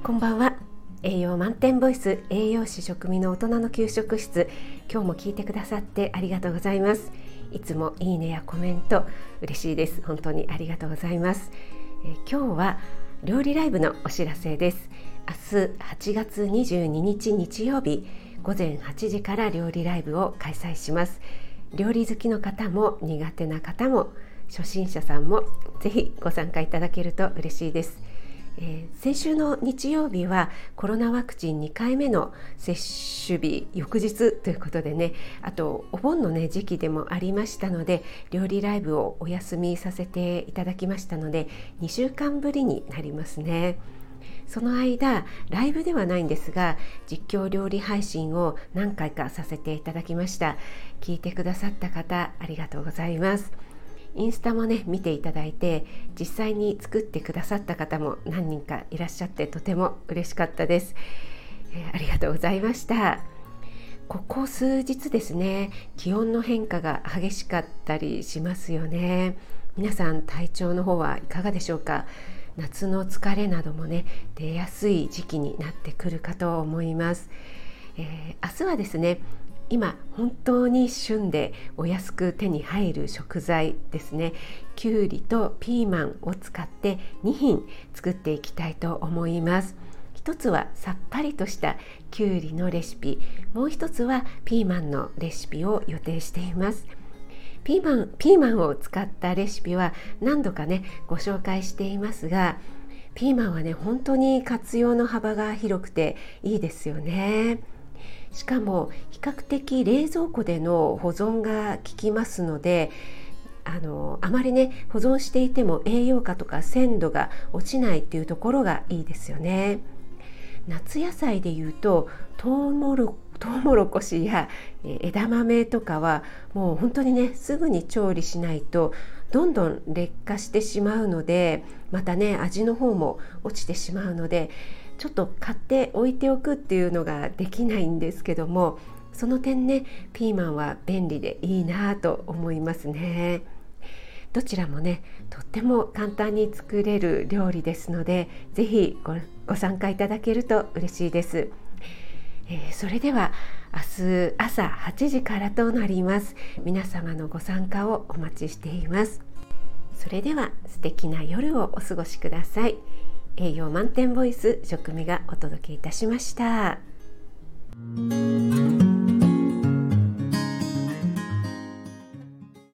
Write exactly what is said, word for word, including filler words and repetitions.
こんばんは。栄養満点ボイス栄養士食味の大人の給食室、今日も聞いてくださってありがとうございます。いつもいいねやコメント嬉しいです。本当にありがとうございます。え今日は料理ライブのお知らせです。明日はちがつにじゅうににち日曜日ごぜんはちじから料理ライブを開催します。料理好きの方も苦手な方も初心者さんもぜひご参加いただけると嬉しいです。えー、先週の日曜日はコロナワクチンにかいめの接種日翌日ということでね、あとお盆の、ね、時期でもありましたので料理ライブをお休みさせていただきましたのでにしゅうかんぶりになりますね。その間ライブではないんですが実況料理配信を何回かさせていただきました。聞いてくださった方ありがとうございます。インスタもね見ていただいて実際に作ってくださった方も何人かいらっしゃってとても嬉しかったです。えー、ありがとうございました。ここ数日ですね、気温の変化が激しかったりしますよね。皆さん体調の方はいかがでしょうか。夏の疲れなどもね出やすい時期になってくるかと思います。えー、明日はですね今本当に旬でお安く手に入る食材ですね、きゅうりとピーマンを使ってにひん作っていきたいと思います。一つはさっぱりとしたきゅうりのレシピ、もう一つはピーマンのレシピを予定しています。ピーマン、ピーマンを使ったレシピは何度かねご紹介していますが、ピーマンはね本当に活用の幅が広くていいですよね。しかも比較的冷蔵庫での保存が効きますので、あのあまりね保存していても栄養価とか鮮度が落ちないっていうところがいいですよね。夏野菜でいうとトウモロトウモロコシや枝豆とかはもう本当にねすぐに調理しないとどんどん劣化してしまうので、またね味の方も落ちてしまうのでちょっと買って置いておくっていうのができないんですけども、その点ねピーマンは便利でいいなと思いますね。どちらもねとっても簡単に作れる料理ですのでぜひ ご, ご参加いただけると嬉しいです。えー、それでは明日朝はちじからとなります。皆様のご参加をお待ちしています。それでは素敵な夜をお過ごしください。栄養満点ボイス食味がお届けいたしました。